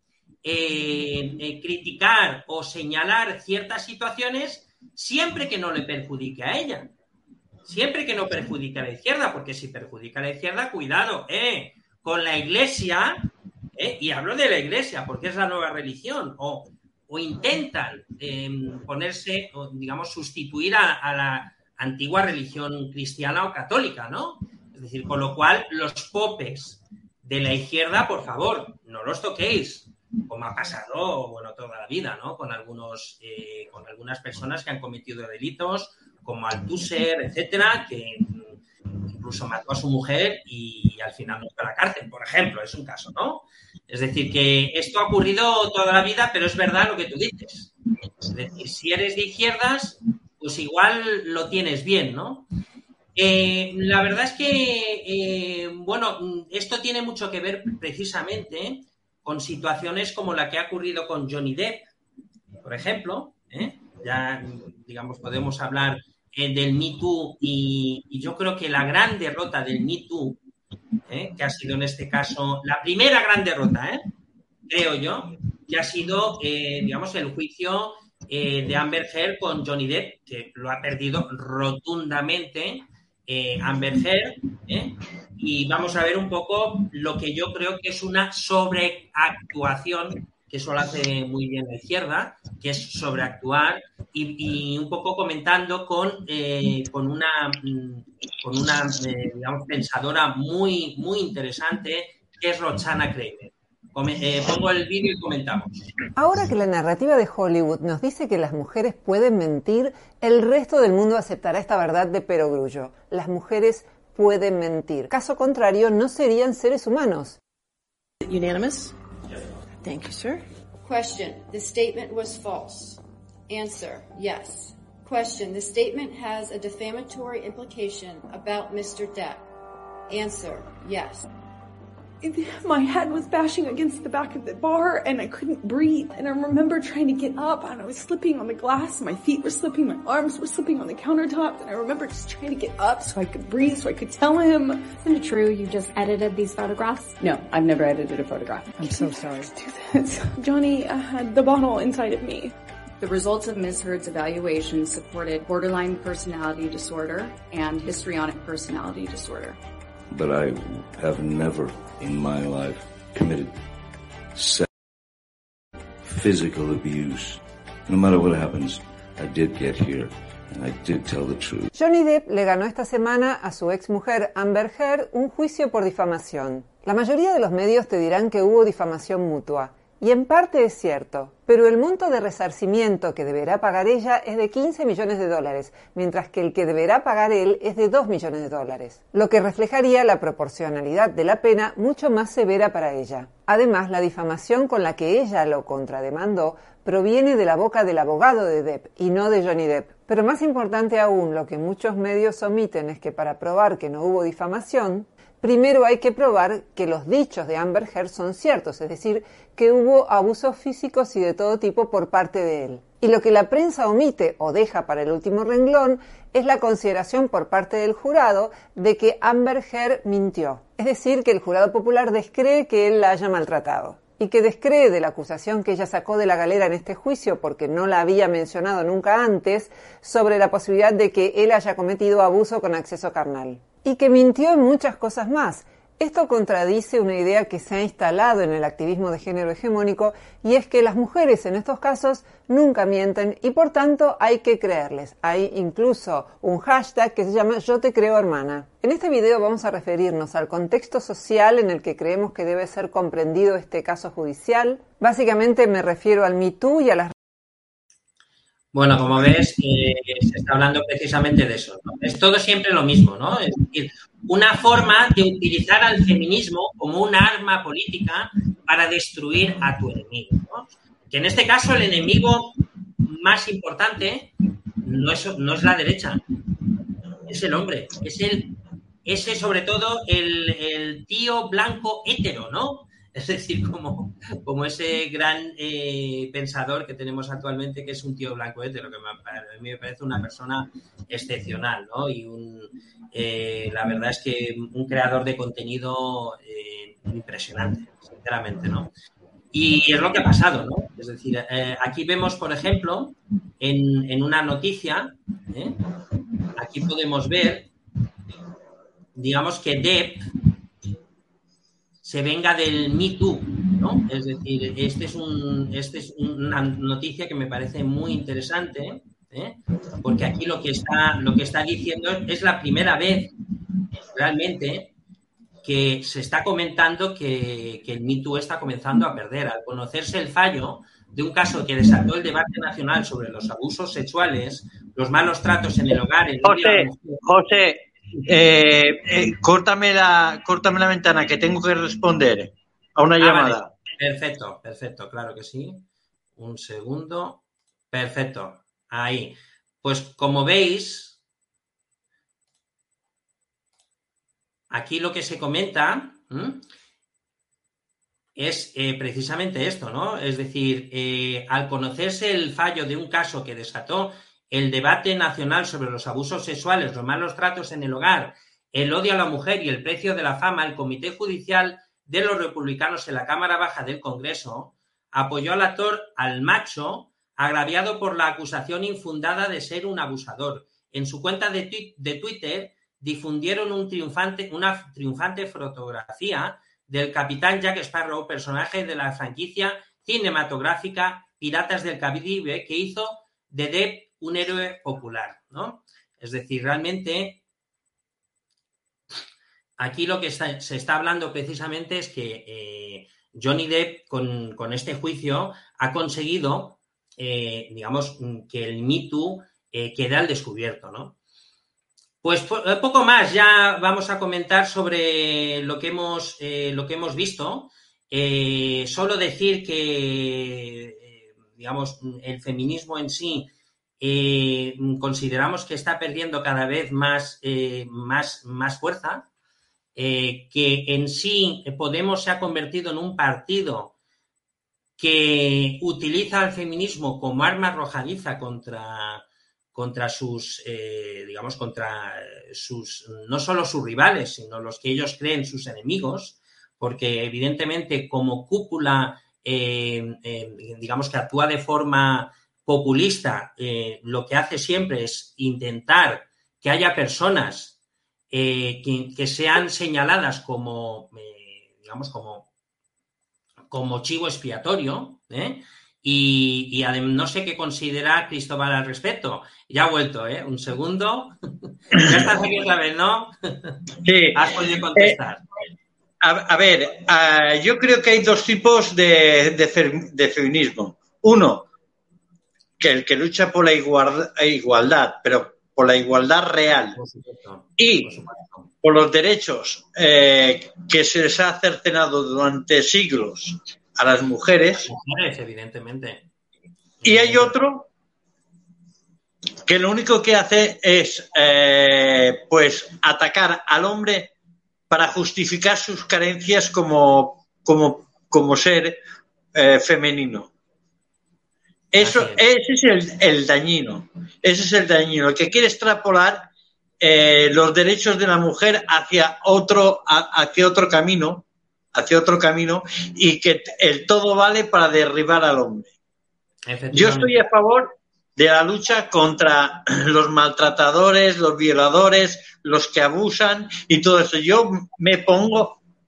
eh, eh, criticar o señalar ciertas situaciones siempre que no le perjudique a ella. Siempre que no perjudique a la izquierda, porque si perjudica a la izquierda, cuidado, ¿eh? Con la Iglesia... ¿Eh? Y hablo de la Iglesia, porque es la nueva religión, o, o intentan eh, ponerse, o, digamos, sustituir a, a la antigua religión cristiana o católica, ¿no? Es decir, con lo cual, los popes de la izquierda, por favor, no los toquéis, como ha pasado, bueno, toda la vida, ¿no? Con algunos, eh, con algunas personas que han cometido delitos, como Althusser, etcétera, que incluso mató a su mujer y, y al final no fue a la cárcel, por ejemplo, es un caso, ¿no? Es decir, que esto ha ocurrido toda la vida, pero es verdad lo que tú dices. Es decir, si eres de izquierdas, pues igual lo tienes bien, ¿no? Eh, la verdad es que, eh, bueno, esto tiene mucho que ver precisamente con situaciones como la que ha ocurrido con Johnny Depp, por ejemplo, ¿eh? Ya, digamos, podemos hablar eh, del Me Too y, y yo creo que la gran derrota del Me Too, ¿eh? Que ha sido en este caso la primera gran derrota, ¿eh? Creo yo, que ha sido, eh, digamos, el juicio eh, de Amber Heard con Johnny Depp, que lo ha perdido rotundamente eh, Amber Heard, ¿eh? Y vamos a ver un poco lo que yo creo que es una sobreactuación, que eso lo hace muy bien la izquierda, que es sobreactuar, y, y un poco comentando con, eh, con una, con una eh, digamos, pensadora muy, muy interesante, que es Roxana Kramer. Come, eh, pongo el vídeo y comentamos. Ahora que la narrativa de Hollywood nos dice que las mujeres pueden mentir, el resto del mundo aceptará esta verdad de perogrullo. Las mujeres pueden mentir. Caso contrario, no serían seres humanos. Unanimous? Yes. Thank you, sir. Question. The statement was false. Answer. Yes. Question. The statement has a defamatory implication about Mister Depp. Answer. Yes. My head was bashing against the back of the bar and I couldn't breathe. And I remember trying to get up and I was slipping on the glass. My feet were slipping, my arms were slipping on the countertop. And I remember just trying to get up so I could breathe, so I could tell him. Isn't it true you just edited these photographs? No, I've never edited a photograph. I'm so sorry. Do this. Johnny uh, had the bottle inside of me. The results of Miz Heard's evaluation supported borderline personality disorder and histrionic personality disorder. But I have never in my life committed sexual, physical abuse. No matter what happens, I did get here and I did tell the truth. Johnny Depp le ganó esta semana a su ex mujer Amber Heard un juicio por difamación. La mayoría de los medios te dirán que hubo difamación mutua. Y en parte es cierto, pero el monto de resarcimiento que deberá pagar ella es de quince millones de dólares, mientras que el que deberá pagar él es de dos millones de dólares, lo que reflejaría la proporcionalidad de la pena mucho más severa para ella. Además, la difamación con la que ella lo contrademandó proviene de la boca del abogado de Depp y no de Johnny Depp. Pero más importante aún, lo que muchos medios omiten es que para probar que no hubo difamación, primero hay que probar que los dichos de Amber Heard son ciertos, es decir, que hubo abusos físicos y de todo tipo por parte de él. Y lo que la prensa omite o deja para el último renglón es la consideración por parte del jurado de que Amber Heard mintió. Es decir, que el jurado popular descree que él la haya maltratado. Y que descree de la acusación que ella sacó de la galera en este juicio porque no la había mencionado nunca antes sobre la posibilidad de que él haya cometido abuso con acceso carnal. Y que mintió en muchas cosas más, Esto contradice una idea que se ha instalado en el activismo de género hegemónico, y es que las mujeres en estos casos nunca mienten y por tanto hay que creerles. Hay incluso un hashtag que se llama Yo te creo hermana. En este video vamos a referirnos al contexto social en el que creemos que debe ser comprendido este caso judicial. Básicamente me refiero al Me Too y a las... Bueno, como ves, eh, se está hablando precisamente de eso, ¿no? Es todo siempre lo mismo, ¿no? Es decir, una forma de utilizar al feminismo como un arma política para destruir a tu enemigo, ¿no? Que en este caso el enemigo más importante no es, no es la derecha, es el hombre, es el, ese sobre todo el, el tío blanco hétero, ¿no? Es decir, como, como ese gran eh, pensador que tenemos actualmente, que es un tío blanco hétero, que me, a mí me parece una persona excepcional, ¿no? Y un, eh, la verdad es que un creador de contenido eh, impresionante, sinceramente, ¿no? Y es lo que ha pasado, ¿no? Es decir, eh, aquí vemos, por ejemplo, en, en una noticia, ¿eh? Aquí podemos ver, digamos que Depp se venga del Me Too, ¿no? Es decir, este es un, este es una noticia que me parece muy interesante, ¿eh? Porque aquí lo que está, lo que está diciendo es la primera vez realmente que se está comentando que, que el Me Too está comenzando a perder. Al conocerse el fallo de un caso que desató el debate nacional sobre los abusos sexuales, los malos tratos en el hogar... El José, José... Eh, eh, córtame la córtame la ventana, que tengo que responder a una ah, llamada. Vale. Perfecto, perfecto, claro que sí. Un segundo. Perfecto. Ahí. Pues como veis, aquí lo que se comenta ¿m? es eh, precisamente esto, ¿no? Es decir, eh, al conocerse el fallo de un caso que desató el debate nacional sobre los abusos sexuales, los malos tratos en el hogar, el odio a la mujer y el precio de la fama, el Comité Judicial de los Republicanos en la Cámara Baja del Congreso apoyó al actor al macho agraviado por la acusación infundada de ser un abusador. En su cuenta de, twi- de Twitter difundieron un triunfante, una triunfante fotografía del capitán Jack Sparrow, personaje de la franquicia cinematográfica Piratas del Caribe, que hizo de Depp un héroe popular, ¿no? Es decir, realmente aquí lo que está, se está hablando precisamente es que eh, Johnny Depp con, con este juicio ha conseguido, eh, digamos, que el Me Too eh, quede al descubierto, ¿no? Pues po- poco más, ya vamos a comentar sobre lo que hemos, eh, lo que hemos visto. Eh, solo decir que, eh, digamos, el feminismo en sí Eh, consideramos que está perdiendo cada vez más, eh, más, más fuerza, eh, que en sí Podemos se ha convertido en un partido que utiliza el feminismo como arma arrojadiza contra, contra sus, eh, digamos, contra sus, no solo sus rivales, sino los que ellos creen sus enemigos, porque evidentemente como cúpula, eh, eh, digamos que actúa de forma populista, eh, lo que hace siempre es intentar que haya personas eh, que, que sean señaladas como, eh, digamos, como, como chivo expiatorio, ¿eh? Y, y adem- no sé qué considera Cristóbal al respecto. Ya ha vuelto, ¿eh? Un segundo. Ya estás aquí otra vez, ¿no? Sí. Has podido contestar. Eh, a, a ver, uh, yo creo que hay dos tipos de, de, fe, de feminismo. Uno, que el que lucha por la igualdad, igualdad, pero por la igualdad real, y por los derechos eh, que se les ha cercenado durante siglos a las mujeres. Mujeres, evidentemente. Y hay otro que lo único que hace es eh, pues atacar al hombre para justificar sus carencias como, como, como ser eh, femenino. Eso, ese es el, el dañino, ese es el dañino, el que quiere extrapolar eh, los derechos de la mujer hacia otro, a, hacia otro camino, hacia otro camino, y que el todo vale para derribar al hombre. Yo estoy a favor de la lucha contra los maltratadores, los violadores, los que abusan y todo eso. Yo me pongo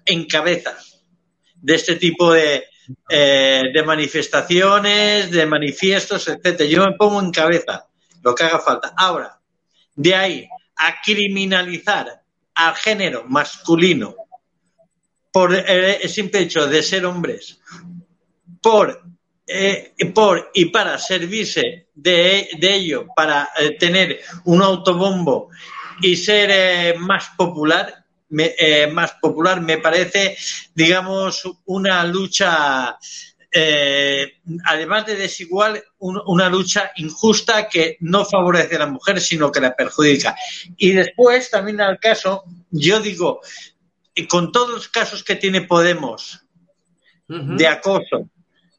en cabeza de este tipo de, eh, de manifestaciones, de manifiestos, etcétera. Yo me pongo en cabeza lo que haga falta. Ahora, de ahí a criminalizar al género masculino por el simple hecho de ser hombres, por, eh, por y para servirse de, de ello, para eh, tener un autobombo y ser eh, más popular, me, eh, más popular, me parece, digamos, una lucha, eh, además de desigual, un, una lucha injusta que no favorece a la mujer, sino que la perjudica. Y después, también al caso, yo digo, con todos los casos que tiene Podemos uh-huh. de acoso,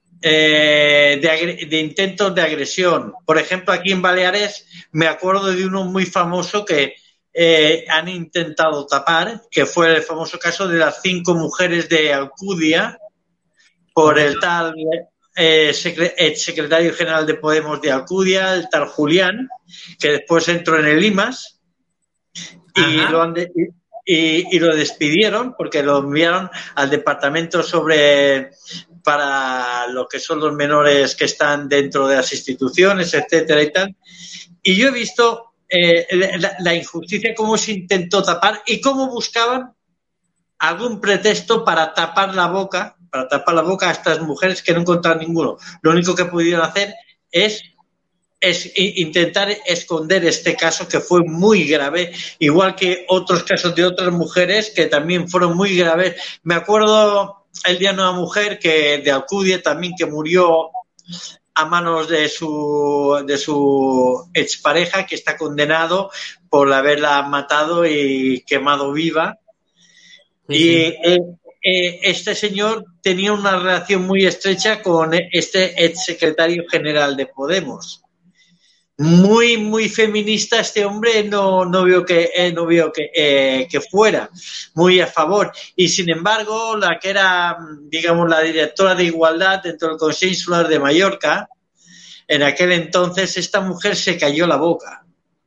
eh, de, agre- de intentos de agresión, por ejemplo, aquí en Baleares me acuerdo de uno muy famoso que eh, han intentado tapar, que fue el famoso caso de las cinco mujeres de Alcudia por el tal eh, secre- ex secretario general de Podemos de Alcudia, el tal Julián, que después entró en el I M A S y lo han de- Y, y lo despidieron porque lo enviaron al departamento sobre para lo que son los menores que están dentro de las instituciones, etcétera y tal. Y yo he visto eh, la, la injusticia, cómo se intentó tapar y cómo buscaban algún pretexto para tapar la boca, para tapar la boca a estas mujeres que no encontraron ninguno. Lo único que pudieron hacer es es intentar esconder este caso que fue muy grave, igual que otros casos de otras mujeres que también fueron muy graves. Me acuerdo el día de una mujer que de Alcudia también que murió a manos de su de su expareja, que está condenado por haberla matado y quemado viva. Sí, y sí. Eh, eh, este señor tenía una relación muy estrecha con este exsecretario general de Podemos. Muy, muy feminista este hombre, no, no veo que, eh, no veo que, eh, que fuera muy a favor. Y sin embargo, la que era, digamos, la directora de Igualdad dentro del Consejo Insular de Mallorca, en aquel entonces, esta mujer se cayó la boca.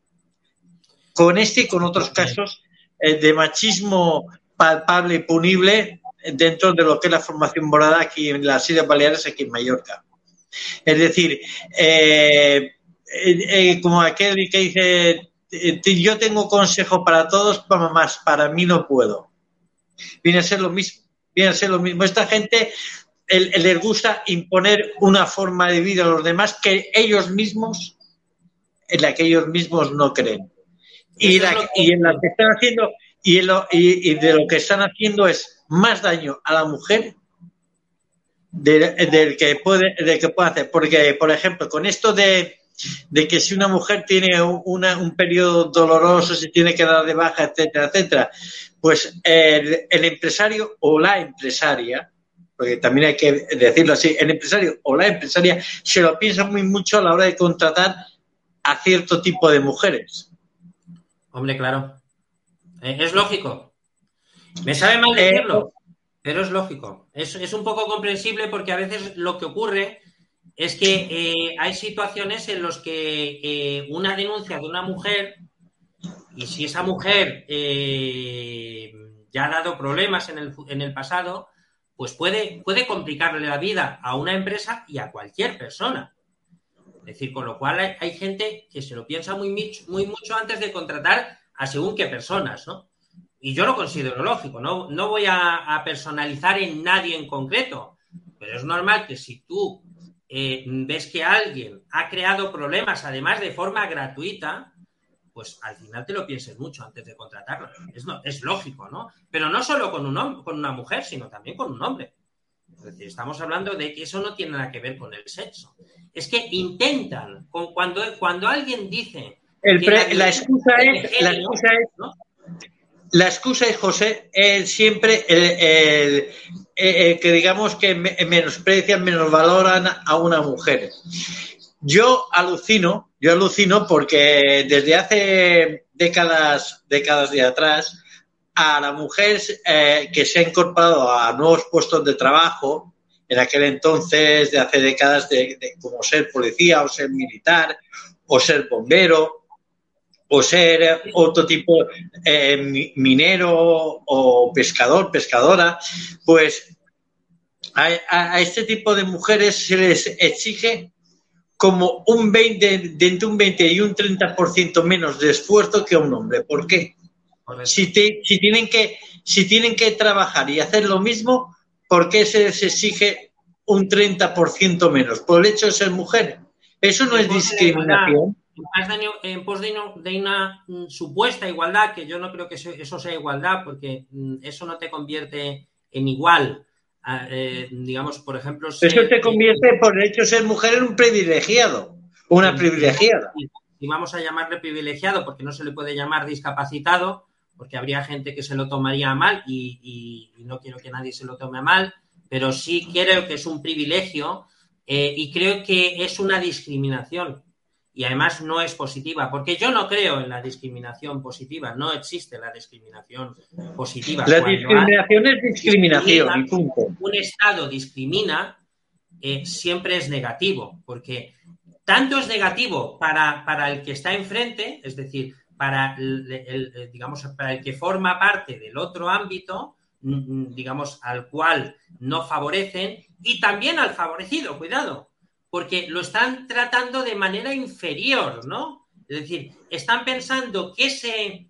Con este y con otros casos eh, de machismo palpable y punible dentro de lo que es la formación morada aquí en las Islas Baleares, aquí en Mallorca. Es decir, eh, Eh, eh, como aquel que dice eh, yo tengo consejo para todos, más para mí no puedo. Viene a ser lo mismo, viene a ser lo mismo. Esta gente el, el les gusta imponer una forma de vida a los demás que ellos mismos, en la que ellos mismos no creen. Y, la, que... y en la que están haciendo, y, en lo, y, y de lo que están haciendo es más daño a la mujer del de que puede, de que puede hacer. Porque, por ejemplo, con esto de de que si una mujer tiene una, un periodo doloroso, se tiene que dar de baja, etcétera, etcétera, pues el, el empresario o la empresaria, porque también hay que decirlo así, el empresario o la empresaria se lo piensa muy mucho a la hora de contratar a cierto tipo de mujeres. Hombre, claro. Eh, es lógico. Me sabe mal decirlo, eh, pero es lógico. Es, es un poco comprensible porque a veces lo que ocurre es que eh, hay situaciones en las que eh, una denuncia de una mujer, y si esa mujer eh, ya ha dado problemas en el, en el pasado, pues puede, puede complicarle la vida a una empresa y a cualquier persona. Es decir, con lo cual hay, hay gente que se lo piensa muy, muy mucho antes de contratar a según qué personas, ¿no? Y yo lo considero lógico, no, no voy a, a personalizar en nadie en concreto, pero es normal que si tú Eh, ves que alguien ha creado problemas, además de forma gratuita, pues al final te lo pienses mucho antes de contratarlo. Es, no, es lógico, ¿no? Pero no solo con, un hom- con una mujer, sino también con un hombre. Es decir, estamos hablando de que eso no tiene nada que ver con el sexo. Es que intentan, con, cuando, cuando alguien dice... El que pre, la, excusa es, género, la excusa es... ¿no? La excusa es, José, es siempre el, el, el, el que digamos que menosprecian, menosvaloran a una mujer. Yo alucino, yo alucino porque desde hace décadas, décadas de atrás, a la mujer eh, que se ha incorporado a nuevos puestos de trabajo, en aquel entonces, de hace décadas, de, de como ser policía o ser militar o ser bombero, o ser otro tipo eh, minero o pescador, pescadora, pues a, a, a este tipo de mujeres se les exige como un veinte, de entre un veinte y un treinta por ciento menos de esfuerzo que a un hombre. ¿Por qué? Si, te, si, tienen que, si tienen que trabajar y hacer lo mismo, ¿por qué se les exige un treinta por ciento menos? Por el hecho de ser mujer. Eso no es discriminación. En pos de, de una mm, supuesta igualdad, que yo no creo que eso, eso sea igualdad, porque mm, eso no te convierte en igual. Eh, digamos, por ejemplo... Eso ser, te convierte, eh, por el hecho de ser mujer, en un privilegiado, una eh, privilegiada. Y vamos a llamarle privilegiado, porque no se le puede llamar discapacitado, porque habría gente que se lo tomaría mal, y, y, y no quiero que nadie se lo tome a mal, pero sí creo que es un privilegio, eh, y creo que es una discriminación. Y además no es positiva, porque yo no creo en la discriminación positiva, no existe la discriminación positiva. La discriminación es discriminación, y punto. Un Estado discrimina, eh, siempre es negativo, porque tanto es negativo para, para el que está enfrente, es decir, para el, el, el, digamos, para el que forma parte del otro ámbito, digamos, al cual no favorecen, y también al favorecido, cuidado, porque lo están tratando de manera inferior, ¿no? Es decir, están pensando que ese,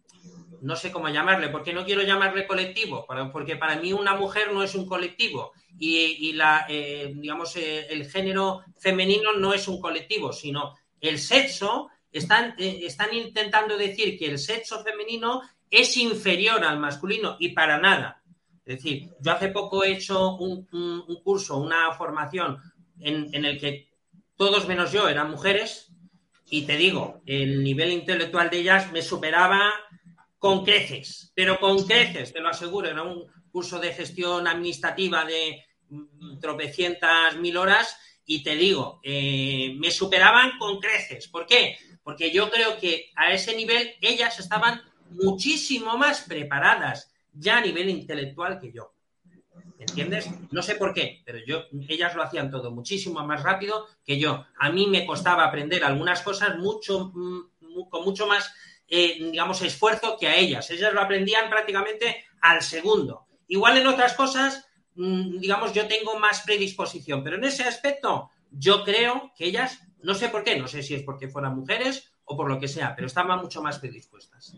no sé cómo llamarle, porque no quiero llamarle colectivo, porque para mí una mujer no es un colectivo, y, y la, eh, digamos, eh, el género femenino no es un colectivo, sino el sexo. Están, eh, están intentando decir que el sexo femenino es inferior al masculino, y para nada. Es decir, yo hace poco he hecho un, un, un curso, una formación, En, en el que todos menos yo eran mujeres, y te digo, el nivel intelectual de ellas me superaba con creces, pero con creces, te lo aseguro. Era un curso de gestión administrativa de tropecientas mil horas, y te digo, eh, me superaban con creces. ¿Por qué? Porque yo creo que a ese nivel ellas estaban muchísimo más preparadas ya a nivel intelectual que yo. ¿Entiendes? No sé por qué, pero yo, ellas lo hacían todo muchísimo más rápido que yo. A mí me costaba aprender algunas cosas mucho, mm, con mucho más, eh, digamos, esfuerzo que a ellas. Ellas lo aprendían prácticamente al segundo. Igual en otras cosas, mm, digamos, yo tengo más predisposición, pero en ese aspecto yo creo que ellas, no sé por qué, no sé si es porque fueran mujeres o por lo que sea, pero estaban mucho más predispuestas.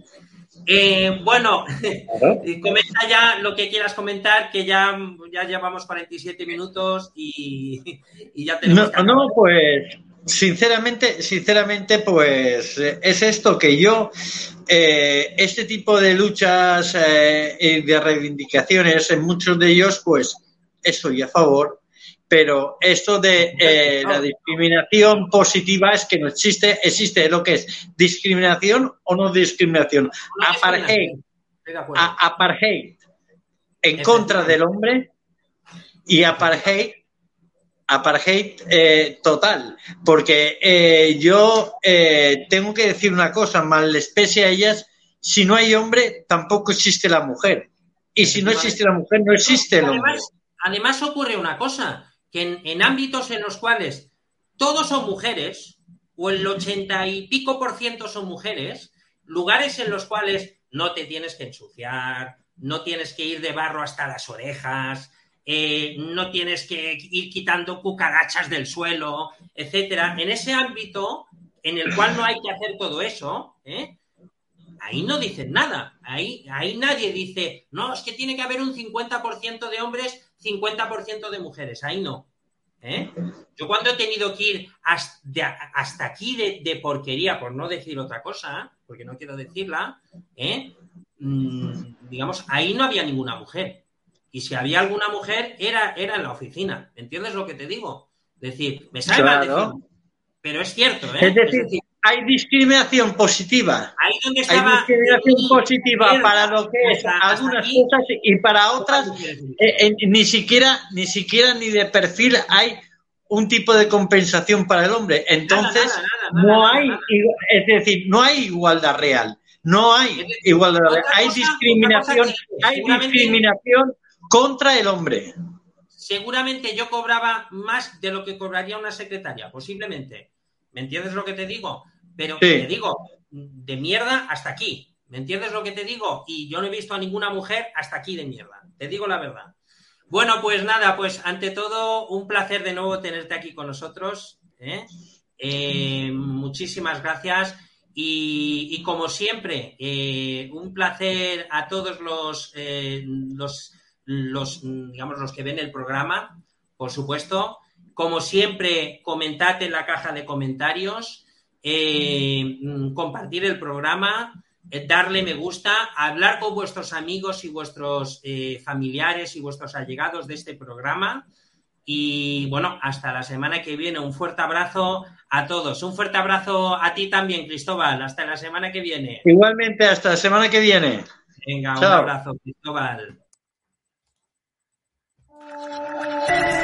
Eh, bueno, comenta ya lo que quieras comentar, que ya, ya llevamos cuarenta y siete minutos y, y ya tenemos no, que no, pues sinceramente, sinceramente, pues es esto que yo, eh, este tipo de luchas eh, y de reivindicaciones, en muchos de ellos, pues estoy a favor. Pero esto de eh, la discriminación positiva es que no existe, existe lo que es discriminación o no discriminación. Apartheid, a, apartheid en contra del hombre y apartheid, apartheid eh, total. Porque eh, yo eh, tengo que decir una cosa, malespecie a ellas, si no hay hombre, tampoco existe la mujer. Y si no existe la mujer, no existe el hombre. Además, además ocurre una cosa, que en, en ámbitos en los cuales todos son mujeres, o el ochenta y pico por ciento son mujeres, lugares en los cuales no te tienes que ensuciar, no tienes que ir de barro hasta las orejas, eh, no tienes que ir quitando cucarachas del suelo, etcétera. En ese ámbito en el cual no hay que hacer todo eso, ¿eh? Ahí no dicen nada. Ahí, ahí nadie dice, no, es que tiene que haber un cincuenta por ciento de hombres, cincuenta por ciento de mujeres. Ahí no. ¿Eh? Yo cuando he tenido que ir hasta, de, hasta aquí de, de porquería, por no decir otra cosa, porque no quiero decirla, ¿eh? mm, digamos, ahí no había ninguna mujer. Y si había alguna mujer, era, era en la oficina. ¿Entiendes lo que te digo? Es decir, me sabe mal decirlo, pero es cierto, ¿eh? Es decir, es decir, hay discriminación positiva. Ahí donde estaba, hay discriminación y, positiva y, para lo que es hasta, algunas hasta cosas y para otras eh, eh, ni siquiera ni siquiera ni de perfil hay un tipo de compensación para el hombre. Entonces nada, nada, nada, no hay, es decir, no hay igualdad real. No hay igualdad real. Hay cosa, discriminación, que, hay discriminación contra el hombre. Seguramente yo cobraba más de lo que cobraría una secretaria, posiblemente. ¿Me entiendes lo que te digo? Pero sí. Te digo, de mierda hasta aquí. ¿Me entiendes lo que te digo? Y yo no he visto a ninguna mujer hasta aquí de mierda. Te digo la verdad. Bueno, pues nada, pues ante todo, un placer de nuevo tenerte aquí con nosotros. ¿eh? Eh, muchísimas gracias. Y, y como siempre, eh, un placer a todos los, eh, los, los, digamos, los que ven el programa, por supuesto. Como siempre, comentad en la caja de comentarios, eh, compartir el programa, eh, darle me gusta, hablar con vuestros amigos y vuestros eh, familiares y vuestros allegados de este programa. Y bueno, hasta la semana que viene. Un fuerte abrazo a todos. Un fuerte abrazo a ti también, Cristóbal. Hasta la semana que viene. Igualmente, hasta la semana que viene. Venga, Chao. un abrazo, Cristóbal.